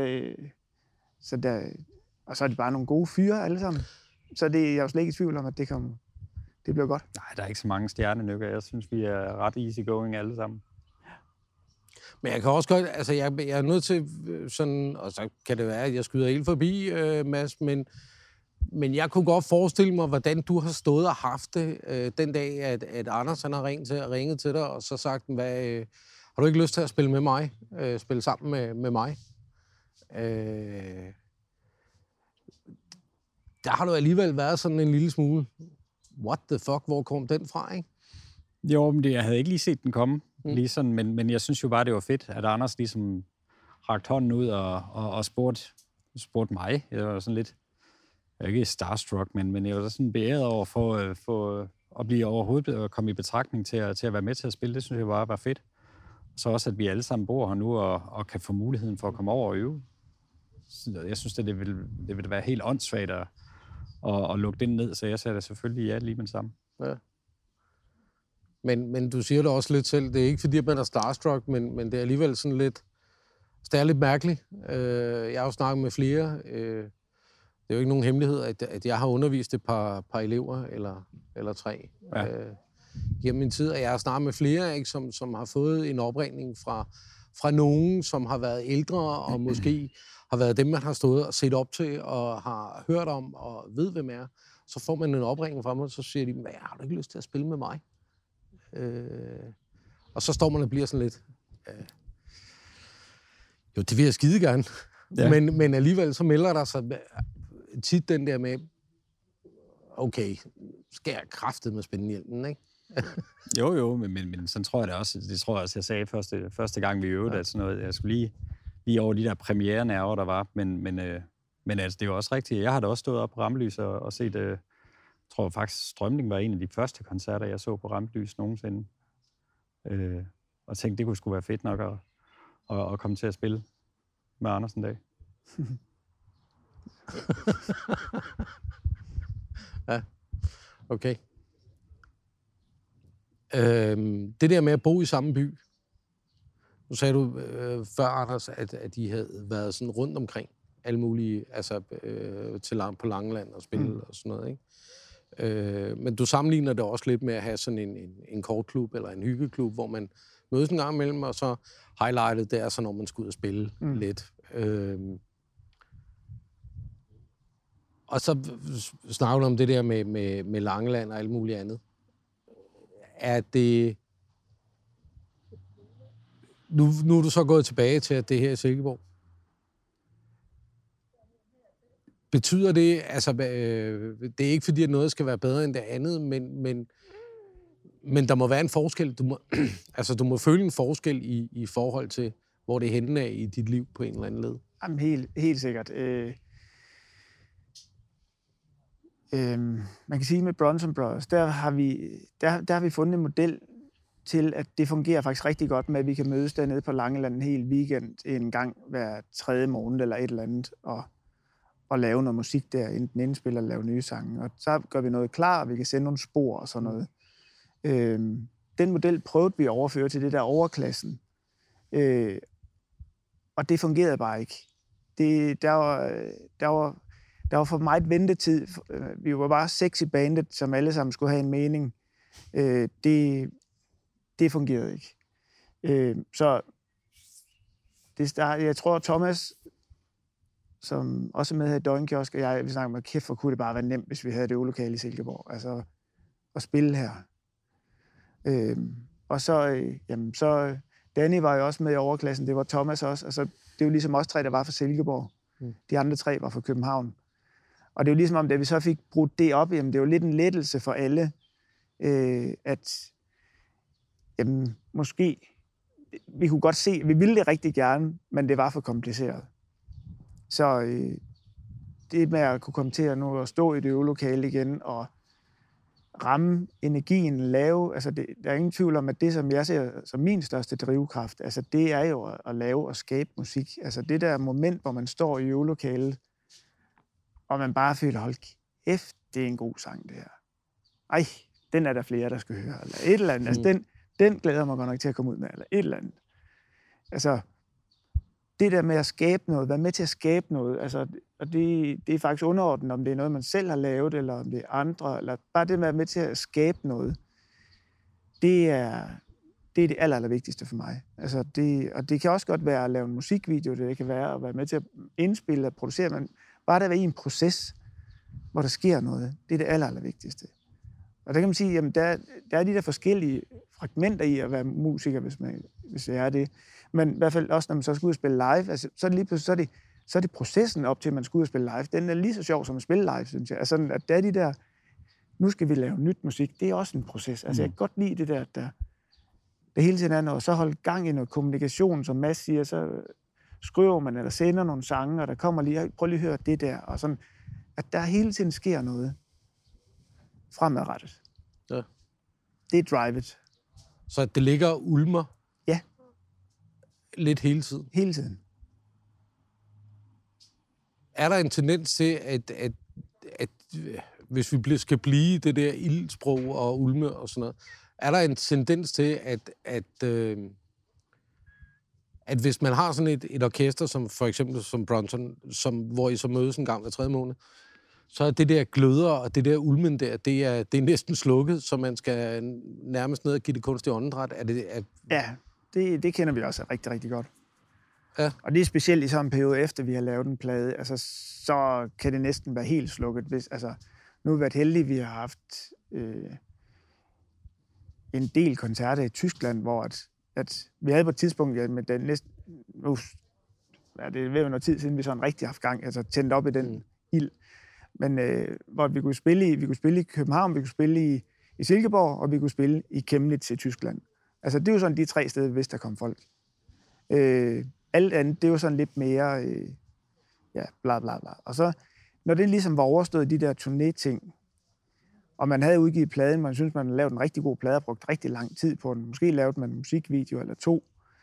Og så er det bare nogle gode fyre alle sammen. Så jeg er jo slet ikke i tvivl om, at det bliver godt. Nej, der er ikke så mange stjernenykker. Jeg synes, vi er ret easygoing alle sammen. Men jeg kan også godt, altså jeg er nødt til sådan, og så kan det være, at jeg skyder helt forbi, Mads, men jeg kunne godt forestille mig, hvordan du har stået og haft det den dag, at Anders han har ringet til dig, og så sagt, har du ikke lyst til at spille med mig? Spille sammen med mig? Der har du alligevel været sådan en lille smule, what the fuck, hvor kom den fra, ikke? Jo, men jeg havde ikke lige set den komme, lige sådan, men jeg synes jo bare, det var fedt, at Anders ligesom rakte hånden ud og spurgte mig. Jeg var sådan lidt, jeg er ikke starstruck, men jeg var sådan beæret over for at blive overhovedet og komme i betragtning til at være med til at spille. Det synes jeg bare var fedt. Så også, at vi alle sammen bor her nu og kan få muligheden for at komme over og øve. Så jeg synes, det vil være helt åndssvagt at lukke den ned, så jeg ser det selvfølgelig lige med det samme. Ja. Men du siger det også lidt selv, det er ikke fordi, at man er starstruck, men det er alligevel sådan lidt, det er lidt mærkeligt. Jeg har jo snakket med flere. Det er jo ikke nogen hemmelighed, at jeg har undervist et par elever, eller 3, gennem min tid. Og jeg har snakket med flere, ikke, som har fået en opringning fra nogen, som har været ældre, og måske har været dem, man har stået og set op til, og har hørt om, og ved, hvem er. Så får man en opringning fra mig, og så siger de, hvad, har du ikke lyst til at spille med mig? Og så står man og bliver sådan lidt... Jo, det vil jeg skide gerne. Ja. Men alligevel så melder der sig tit den der med, okay, skal jeg kraftedeme spænde hjelmen, ikke? jo, men sådan tror jeg det også. Det tror jeg også, jeg sagde første gang, vi øvede, at sådan noget, jeg skulle lige over de der premiere-nerver, der var. Men altså, det er jo også rigtigt. Jeg har da også stået op på Ramelys og set, jeg tror faktisk, Strømning var en af de første koncerter, jeg så på Ramelys nogensinde. Og tænkte, det kunne sgu være fedt nok at komme til at spille med Anders en dag. Ja, okay. Det der med at bo i samme by. Nu sagde du før, Anders, at de havde været sådan rundt omkring alle mulige, altså på Langeland og spille og sådan noget, ikke? Men du sammenligner det også lidt med at have sådan en kortklub eller en hyggeklub, hvor man mødes en gang imellem, og så highlightet der, så når man skal ud og spille lidt. Og så snakker du om det der med Langeland og alt muligt andet. Er det... Nu er du så gået tilbage til, at det her i Silkeborg. Betyder det, altså, det er ikke fordi, at noget skal være bedre end det andet, men der må være en forskel. Du må føle en forskel i forhold til, hvor det er henne af i dit liv på en eller anden led. Jamen, helt sikkert. Man kan sige med Bronson Brothers, der har vi fundet en model til, at det fungerer faktisk rigtig godt med, at vi kan mødes dernede på Langeland en hel weekend en gang hver 3. måned eller et eller andet, og lave noget musik der, enten indspille eller lave nye sange. Og så gør vi noget klar, og vi kan sende nogle spor og sådan noget. Den model prøvede vi at overføre til det der overklassen. Og det fungerede bare ikke. Der var for meget ventetid. Vi var bare 6 i bandet, som alle sammen skulle have en mening. Det fungerede ikke. Jeg tror, Thomas, som også er med her i Døgnkiosk, og jeg, vi snakker med, kæft, hvor kunne det bare være nemt, hvis vi havde det øvelokale i Silkeborg. Altså, at spille her. Og så Danny var jo også med i overklassen, det var Thomas også. Altså, det er jo ligesom os 3, der var fra Silkeborg. De andre 3 var fra København. Og det er jo ligesom om, da vi så fik brudt det op, jamen, det er jo lidt en lettelse for alle, at måske, vi kunne godt se, vi ville det rigtig gerne, men det var for kompliceret. Så det med at kunne komme til at nu at stå i det øvelokale igen og ramme energien, lave, altså der er ingen tvivl om, at det, som jeg ser som min største drivkraft, altså det er jo at lave og skabe musik. Altså det der moment, hvor man står i øvelokalet, og man bare føler, hold kæft, det er en god sang, det her. Ej, den er der flere, der skal høre, eller et eller andet. Altså den glæder mig godt nok til at komme ud med, eller et eller andet. Altså, det der med at skabe noget, være med til at skabe noget, altså, og det er faktisk underordnet, om det er noget, man selv har lavet, eller om det er andre, eller bare det med at være med til at skabe noget, det er det allervigtigste for mig. Altså, og det kan også godt være at lave en musikvideo, det kan være at være med til at indspille og producere, men bare der være i en proces, hvor der sker noget, det er det allervigtigste. Og der kan man sige, jamen der er de der forskellige fragmenter i at være musiker, hvis det er det. Men i hvert fald også, når man så skal ud og spille live, altså, så er det lige pludselig, så er det processen op til, at man skal ud og spille live. Den er lige så sjov som at spille live, synes jeg. Altså, at der er de der, nu skal vi lave nyt musik, det er også en proces. Altså, jeg kan godt lide det der hele tiden er noget, så holde gang i noget kommunikation, som Mads siger, så skriver man eller sender nogle sange, og der kommer lige, prøv lige at høre det der, og sådan. at der hele tiden sker noget fremadrettet. Ja. Det er drivet. Så det ligger og ulmer? Ja. Lidt hele tiden? Hele tiden. Er der en tendens til, at hvis vi skal blive det der ildsprog og ulme og sådan noget, er der en tendens til, at hvis man har sådan et orkester, som for eksempel som Brunson, hvor I så mødes en gang hver 3 måned, så er det der gløder og det der ulmen der, det er næsten slukket, så man skal nærmest ned og give det kunstige åndedræt. Ja, det kender vi også rigtig, rigtig godt. Ja. Og det er specielt i sådan en periode, efter vi har lavet en plade, altså, så kan det næsten være helt slukket. Nu har vi været heldige, vi har haft en del koncerter i Tyskland, hvor at vi havde på et tidspunkt, med den næsten... det er ved noget tid siden, vi sådan rigtig haft gang, altså tændt op i den ild. Men hvor vi kunne spille i København, vi kunne spille i Silkeborg, og vi kunne spille i Chemnitz i Tyskland. Altså, det er jo sådan de 3 steder, hvis der kom folk. Alt andet, det er jo sådan lidt mere, bla bla bla. Og så, når det ligesom var overstået, de der turné-ting, og man havde udgivet pladen, man synes man havde lavet en rigtig god plade, og brugt rigtig lang tid på den, måske lavet man en musikvideo eller 2,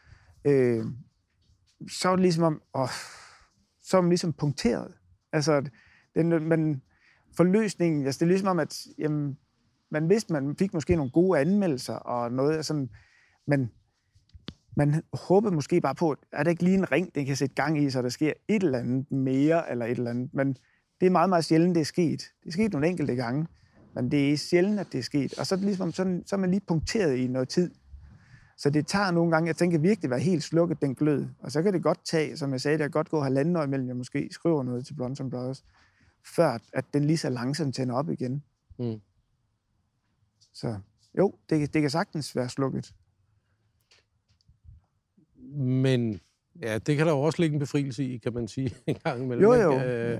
så var det ligesom så var man ligesom punkteret. Altså, forløsningen, altså det er ligesom om, at jamen, man vidste, man fik måske nogle gode anmeldelser og noget sådan, men man håber måske bare på, at er der ikke lige en ring, den kan sætte gang i, så der sker et eller andet mere eller et eller andet. Men det er meget, meget sjældent, det er sket. Det er sket nogle enkelte gange, men det er sjældent, at det er sket. Og så er det ligesom så er man lige punkteret i noget tid. Så det tager nogle gange, jeg tænker virkelig, at være helt slukket, den glød. Og så kan det godt tage, som jeg sagde, det kan godt gå 1,5 år imellem, jeg måske skriver noget til Brunson Brothers, før at den lige så langsomt tænder op igen. Mm. Så jo, det kan sagtens være slukket. Men ja, det kan der jo også ligge en befrielse i, kan man sige, en gang imellem. Jo.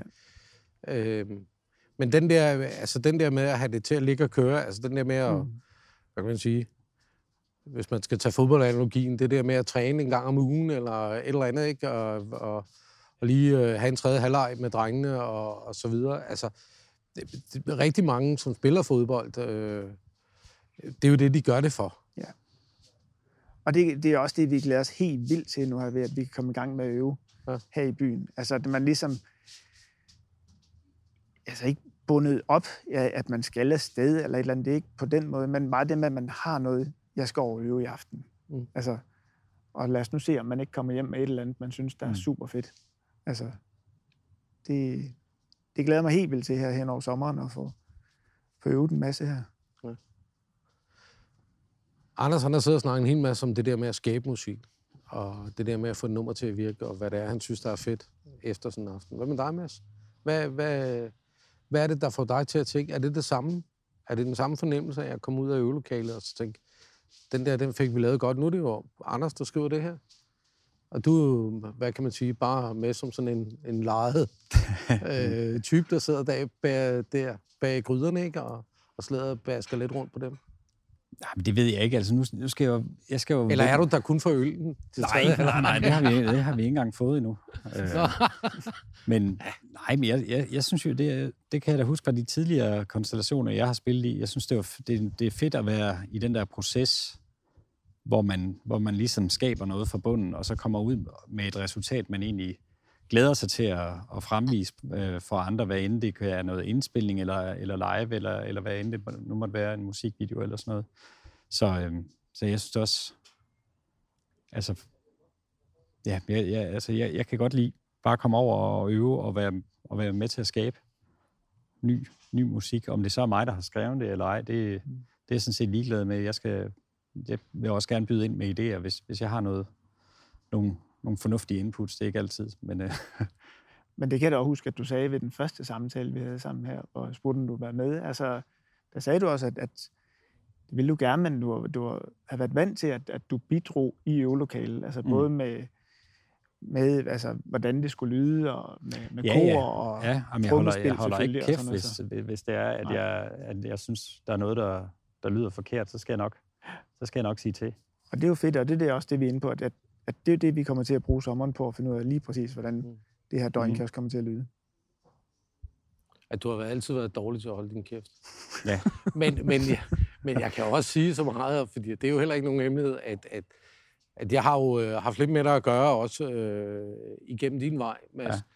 Men den der med at have det til at ligge og køre, altså den der med at, hvad kan man sige, hvis man skal tage fodboldanalogien, det der med at træne en gang om ugen, eller et eller andet, ikke? Og lige have en 3. halvleg med drengene, og så videre. Altså, det er rigtig mange, som spiller fodbold, det er jo det, de gør det for. Ja. Og det er også det, vi glæder os helt vildt til nu her, ved at vi kan komme i gang med at øve her i byen. Altså, at man ligesom... Altså, ikke bundet op, at man skal afsted, eller et eller andet, det er ikke på den måde, men bare det med, at man har noget, jeg skal overøve i aften. Mm. Altså, og lad os nu se, om man ikke kommer hjem med et eller andet, man synes, der er super fedt. Altså, det glæder mig helt vildt til her hen over sommeren, at få øvet en masse her. Ja. Anders, han har siddet og snakket en hel masse om det der med at skabe musik, og det der med at få et nummer til at virke, og hvad det er, han synes, der er fedt efter sådan en aften. Hvad med dig, Mads? Hvad er det, der får dig til at tænke? Er det det samme? Er det den samme fornemmelse af at komme ud af øvelokalet og så tænke, den fik vi lavet godt. Nu er det jo Anders, der skriver det her. Og du, hvad kan man sige, bare med som sådan en lejet type, der sidder der bag gryderne, ikke? Og slæder og basker lidt rundt på dem. Nej, men det ved jeg ikke. Altså, nu skal jeg skal jo... Eller er du der kun for øllen? Nej, det har vi ikke engang fået endnu. Men jeg synes jo, det kan jeg da huske fra de tidligere konstellationer, jeg har spillet i. Jeg synes, det er fedt at være i den der proces, hvor man ligesom skaber noget fra bunden, og så kommer ud med et resultat, man egentlig glæder sig til at fremvise for andre, hvad end det kan være noget indspilning, eller live, eller hvad end det nu måtte være, en musikvideo eller sådan noget. Så jeg synes også, altså, ja, jeg kan godt lide bare at komme over og øve og være med til at skabe ny musik. Om det så er mig, der har skrevet det eller ej, det er jeg sådan set ligeglad med. Jeg vil også gerne byde ind med idéer, hvis jeg har nogle fornuftige inputs. Det er ikke altid, men... Men det kan jeg da også huske, at du sagde ved den første samtale, vi havde sammen her, og spurgte, om du var med. Altså, der sagde du også, at det ville du gerne, men du har været vant til, at du bidrog i øvelokalet. Altså både med altså, hvordan det skulle lyde, og med kor og jeg holder ikke kæft, hvis det er, at jeg synes, der er noget, der lyder forkert, så skal jeg nok sige til. Og det er jo fedt, og det er også det, vi er inde på, at det er det, vi kommer til at bruge sommeren på, at finde ud af lige præcis, hvordan det her døgnkiosk kommer til at lyde. At du har altid været dårlig til at holde din kæft. Ja. Men jeg kan også sige så meget, fordi det er jo heller ikke nogen hemmelighed, at jeg har jo haft lidt med dig at gøre også igennem din vej, Mads. Ja.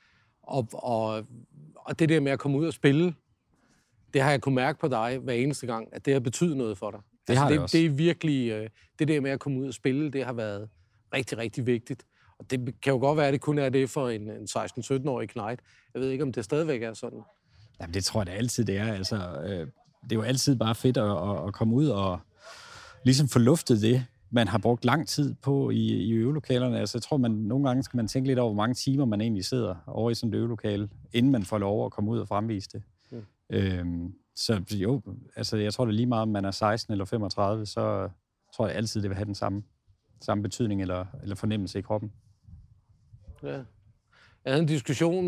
Og det der med at komme ud og spille, det har jeg kunnet mærke på dig hver eneste gang, at det har betydet noget for dig. Det har det også. Det er virkelig, det der med at komme ud og spille, det har været rigtig, rigtig vigtigt. Og det kan jo godt være, at det kun er det for en 16-17-årig knejt. Jeg ved ikke, om det stadigvæk er sådan. Jamen, det tror jeg da altid, det er. Altså, det er jo altid bare fedt at komme ud og ligesom få luftet det, man har brugt lang tid på i øvelokalerne. Altså, jeg tror, nogle gange skal man tænke lidt over, hvor mange timer man egentlig sidder over i sådan et øvelokale, inden man får lov at komme ud og fremvise det. Så jo, altså, jeg tror, det er lige meget, om man er 16 eller 35, så tror jeg altid, det vil have den samme betydning eller fornemmelse i kroppen. Ja. Jeg havde en diskussion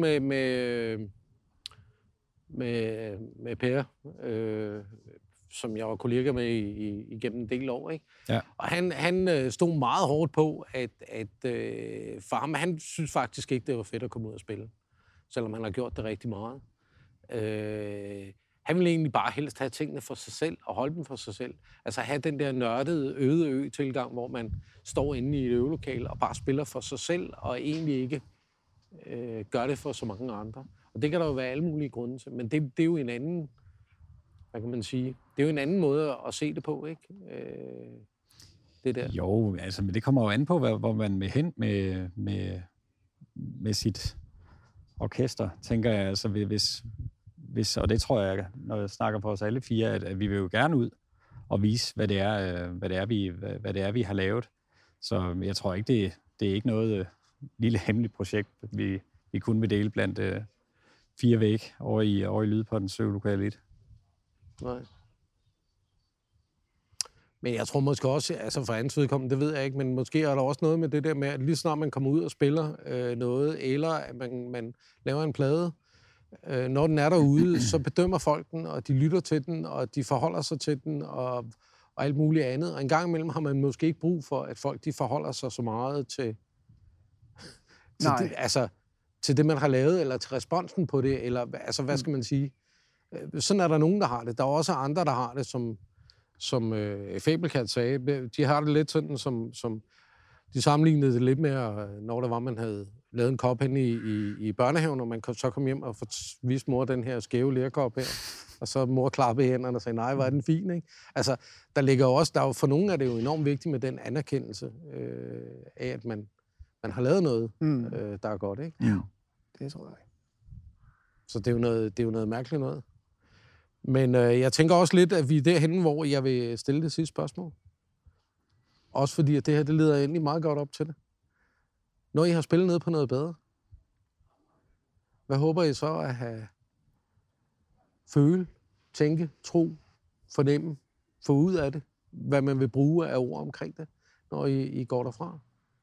med Per, som jeg var kollega med igennem en del år, ikke? Ja. Og han stod meget hårdt på, at for ham, han synes faktisk ikke, det var fedt at komme ud og spille, selvom han har gjort det rigtig meget. Han ville egentlig bare helst have tingene for sig selv, og holde dem for sig selv. Altså have den der nørdede, øde ø-tilgang, hvor man står inde i et øvelokale og bare spiller for sig selv, og egentlig ikke gør det for så mange andre. Og det kan der jo være alle mulige grunde til, men det er jo en anden, hvad kan man sige, det er jo en anden måde at se det på, ikke? Det der. Jo, altså, men det kommer jo an på, hvor man vil hen med sit orkester, tænker jeg. Altså, hvis, og det tror jeg, når jeg snakker for os alle fire, at vi vil jo gerne ud og vise, hvad det er, vi har lavet. Så jeg tror ikke, det er ikke noget lille hemmeligt projekt, vi kun vil dele blandt 4 væg over i Lydpottens øvelokale 1. Nej. Men jeg tror måske også, altså for andens vedkommende, det ved jeg ikke, men måske er der også noget med det der med, at lige snart man kommer ud og spiller noget, eller at man laver en plade, når den er derude, så bedømmer folk den, og de lytter til den, og de forholder sig til den, og alt muligt andet. Og en gang imellem har man måske ikke brug for, at folk de forholder sig så meget til det, altså, til det, man har lavet, eller til responsen på det, eller altså, hvad skal man sige? Sådan er der nogen, der har det. Der er også andre, der har det, som Fabelkat sagde. De har det lidt sådan, som de sammenlignede det lidt med, når der var, man havde lavet en kop hen i børnehaven, og man så kom hjem og viste mor den her skæve lerkop her, og så mor klappede i hænderne og sagde, nej, hvor er den fin, ikke? Altså, der ligger jo også, for nogen er det jo enormt vigtigt med den anerkendelse af, at man har lavet noget, der er godt, ikke? Ja, det tror jeg. Så det er jo noget mærkeligt noget. Men jeg tænker også lidt, at vi er derhenne, hvor jeg vil stille det sidste spørgsmål. Også fordi, at det her, det leder egentlig meget godt op til det. Når I har spillet ned på noget bedre, hvad håber I så at have føle, tænke, tro, fornemme, få ud af det? Hvad man vil bruge af ord omkring det, når I går derfra?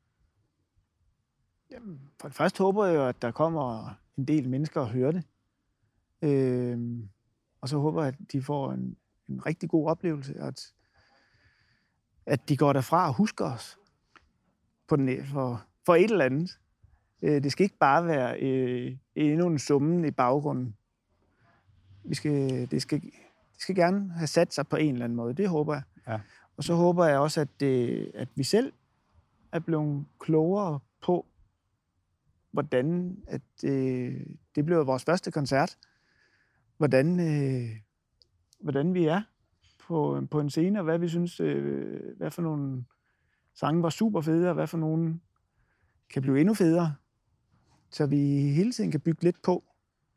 Jamen, for det første håber jeg jo, at der kommer en del mennesker og hører det. Og så håber jeg, at de får en rigtig god oplevelse, at de går derfra og husker os for et eller andet. Det skal ikke bare være endnu en summen i baggrunden. Det skal gerne have sat sig på en eller anden måde. Det håber jeg. Ja. Og så håber jeg også, at vi selv er blevet klogere på, hvordan det blev vores første koncert. Hvordan vi er på en scene, og hvad vi synes, hvad for nogle sange var super fede, og hvad for nogle kan blive endnu federe. Så vi hele tiden kan bygge lidt på.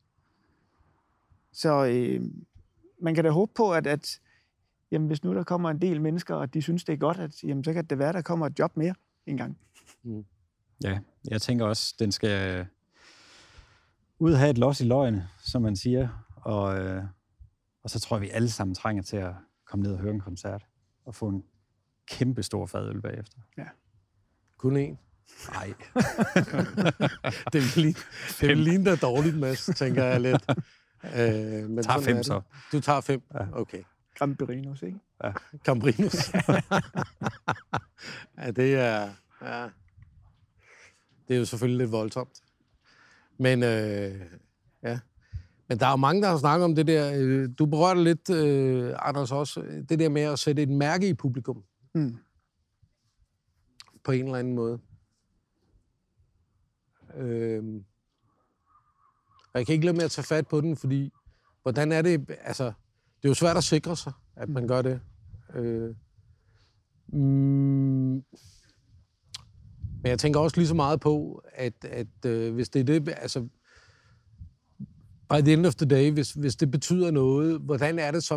Så man kan da håbe på, at jamen, hvis nu der kommer en del mennesker, og de synes, det er godt, at, jamen, så kan det være, der kommer et job mere en gang. Mm. Ja, jeg tænker også, den skal ud og have et los i løgene, som man siger. Og så tror jeg, vi alle sammen trænger til at komme ned og høre en koncert og få en kæmpe stor fadøl bagefter. Ja. Kun én? Nej. det vil ligne dig dårligt, Mads, tænker jeg lidt. Men tager 5 så. Du tager 5? Ja. Okay. Gambrinus, ikke? Ja. Gambrinus. Ja, det er... Ja. Det er jo selvfølgelig lidt voldsomt. Men ja. Men der er jo mange, der har snakket om det der. Du berørte lidt, Anders, også. Det der med at sætte et mærke i publikum. På en eller anden måde. Jeg kan ikke lade med at tage fat på den, fordi hvordan er det... Altså, det er jo svært at sikre sig, at man gør det. Men jeg tænker også lige så meget på, at hvis det er det... Altså, by the end of the day, hvis det betyder noget, hvordan er det så,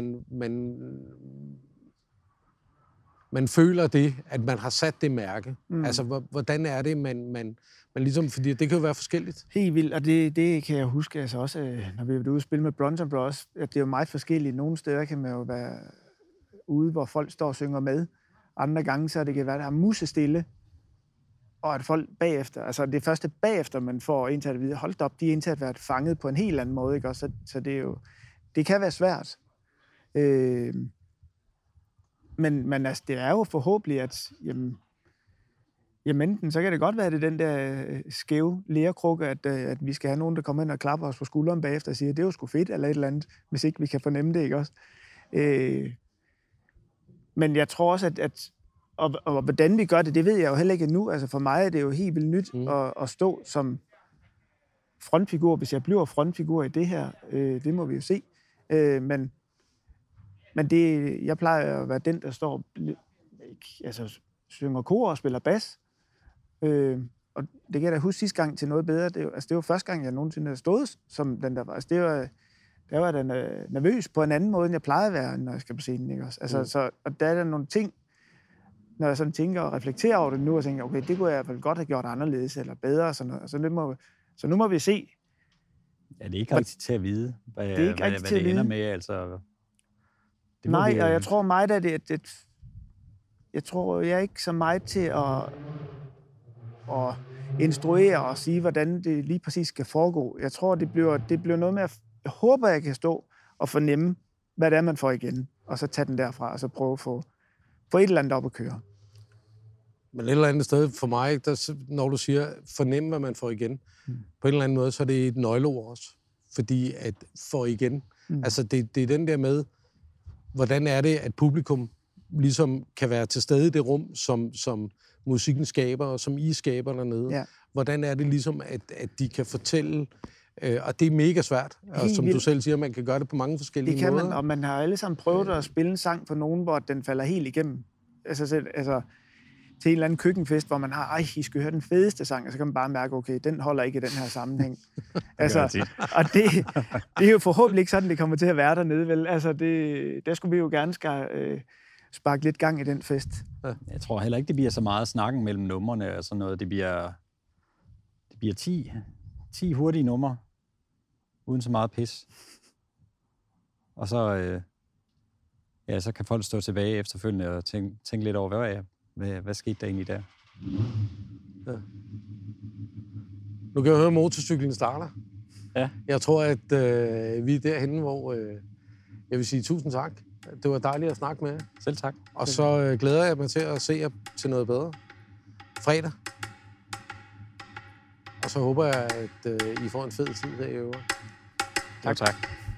man føler det, at man har sat det mærke? Altså, hvordan er det, man ligesom... Fordi det kan jo være forskelligt. Helt vildt, og det kan jeg huske altså også, når vi var ude og spille med Bronson Bros, at det er jo meget forskelligt. Nogle steder kan man jo være ude, hvor folk står og synger med. Andre gange, så det kan være, der er musestille, og at folk bagefter, altså det første bagefter, man får en til at vide, hold op, de er indtil at være fanget på en helt anden måde, ikke? Og så det er jo, det kan være svært. Men altså, det er jo forhåbentlig, at jamen enten, så kan det godt være, at det er den der skæve lerkrukke, at vi skal have nogen, der kommer ind og klapper os på skulderen bagefter og siger, det er jo sgu fedt, eller et eller andet, hvis ikke vi kan fornemme det, ikke også? Men jeg tror også, at og hvordan vi gør det, det ved jeg jo heller ikke endnu. Altså for mig er det jo helt vildt nyt at stå som frontfigur, hvis jeg bliver frontfigur i det her. Det må vi jo se. Men det, jeg plejer at være den, der står altså synger kor og spiller bas. Og det kan jeg da huske sidste gang til noget bedre. Det var første gang, jeg nogensinde har stået som den der var. Altså der var jeg nervøs på en anden måde, end jeg plejer at være, når jeg skal på scenen. Ikke også? Altså, og der er der nogle ting, når jeg sådan tænker og reflekterer over det nu, og tænker, okay, det kunne jeg i hvert fald godt have gjort anderledes eller bedre. Sådan noget. Så nu må vi se. Ja, det er ikke rigtigt til at vide, hvad det ender med. Altså, det nej, og jeg tror meget, at jeg tror, jeg er ikke så meget til at instruere og sige, hvordan det lige præcis skal foregå. Jeg tror, det bliver noget med, jeg håber, jeg kan stå og fornemme, hvad det er, man får igen, og så tage den derfra, og så prøve at få et eller andet op at køre. Men et eller andet sted for mig, når du siger, fornemme, hvad man får igen, på en eller anden måde, så er det et nøgleord også. Fordi at få igen, altså det er den der med, hvordan er det, at publikum ligesom kan være til stede i det rum, som musikken skaber, og som I skaber dernede. Ja. Hvordan er det ligesom, at de kan fortælle, og det er mega svært, og som du selv siger, man kan gøre det på mange forskellige måder. Det kan man, og man har alle sammen prøvet at spille en sang for nogen, hvor den falder helt igennem. Altså til en eller anden køkkenfest, hvor man har, I skal høre den fedeste sang, og så kan man bare mærke, okay, den holder ikke i den her sammenhæng. Altså, og det er jo forhåbentlig ikke sådan, det kommer til at være dernede, vel? Altså, der skulle vi jo gerne sparke lidt gang i den fest. Ja. Jeg tror heller ikke, det bliver så meget snakken mellem numrene og sådan noget. Det bliver 10 hurtige numre, uden så meget pis. Og så, så kan folk stå tilbage efterfølgende og tænke lidt over, hvad skete der egentlig der? Ja. Nu kan jeg høre, at motorcyklen starter. Ja. Jeg tror, at vi er derhenne, hvor jeg vil sige tusind tak. Det var dejligt at snakke med jer. Selv tak. Og så glæder jeg mig til at se jer til noget bedre. Fredag. Og så håber jeg, at I får en fed tid her i øvrigt. Tak.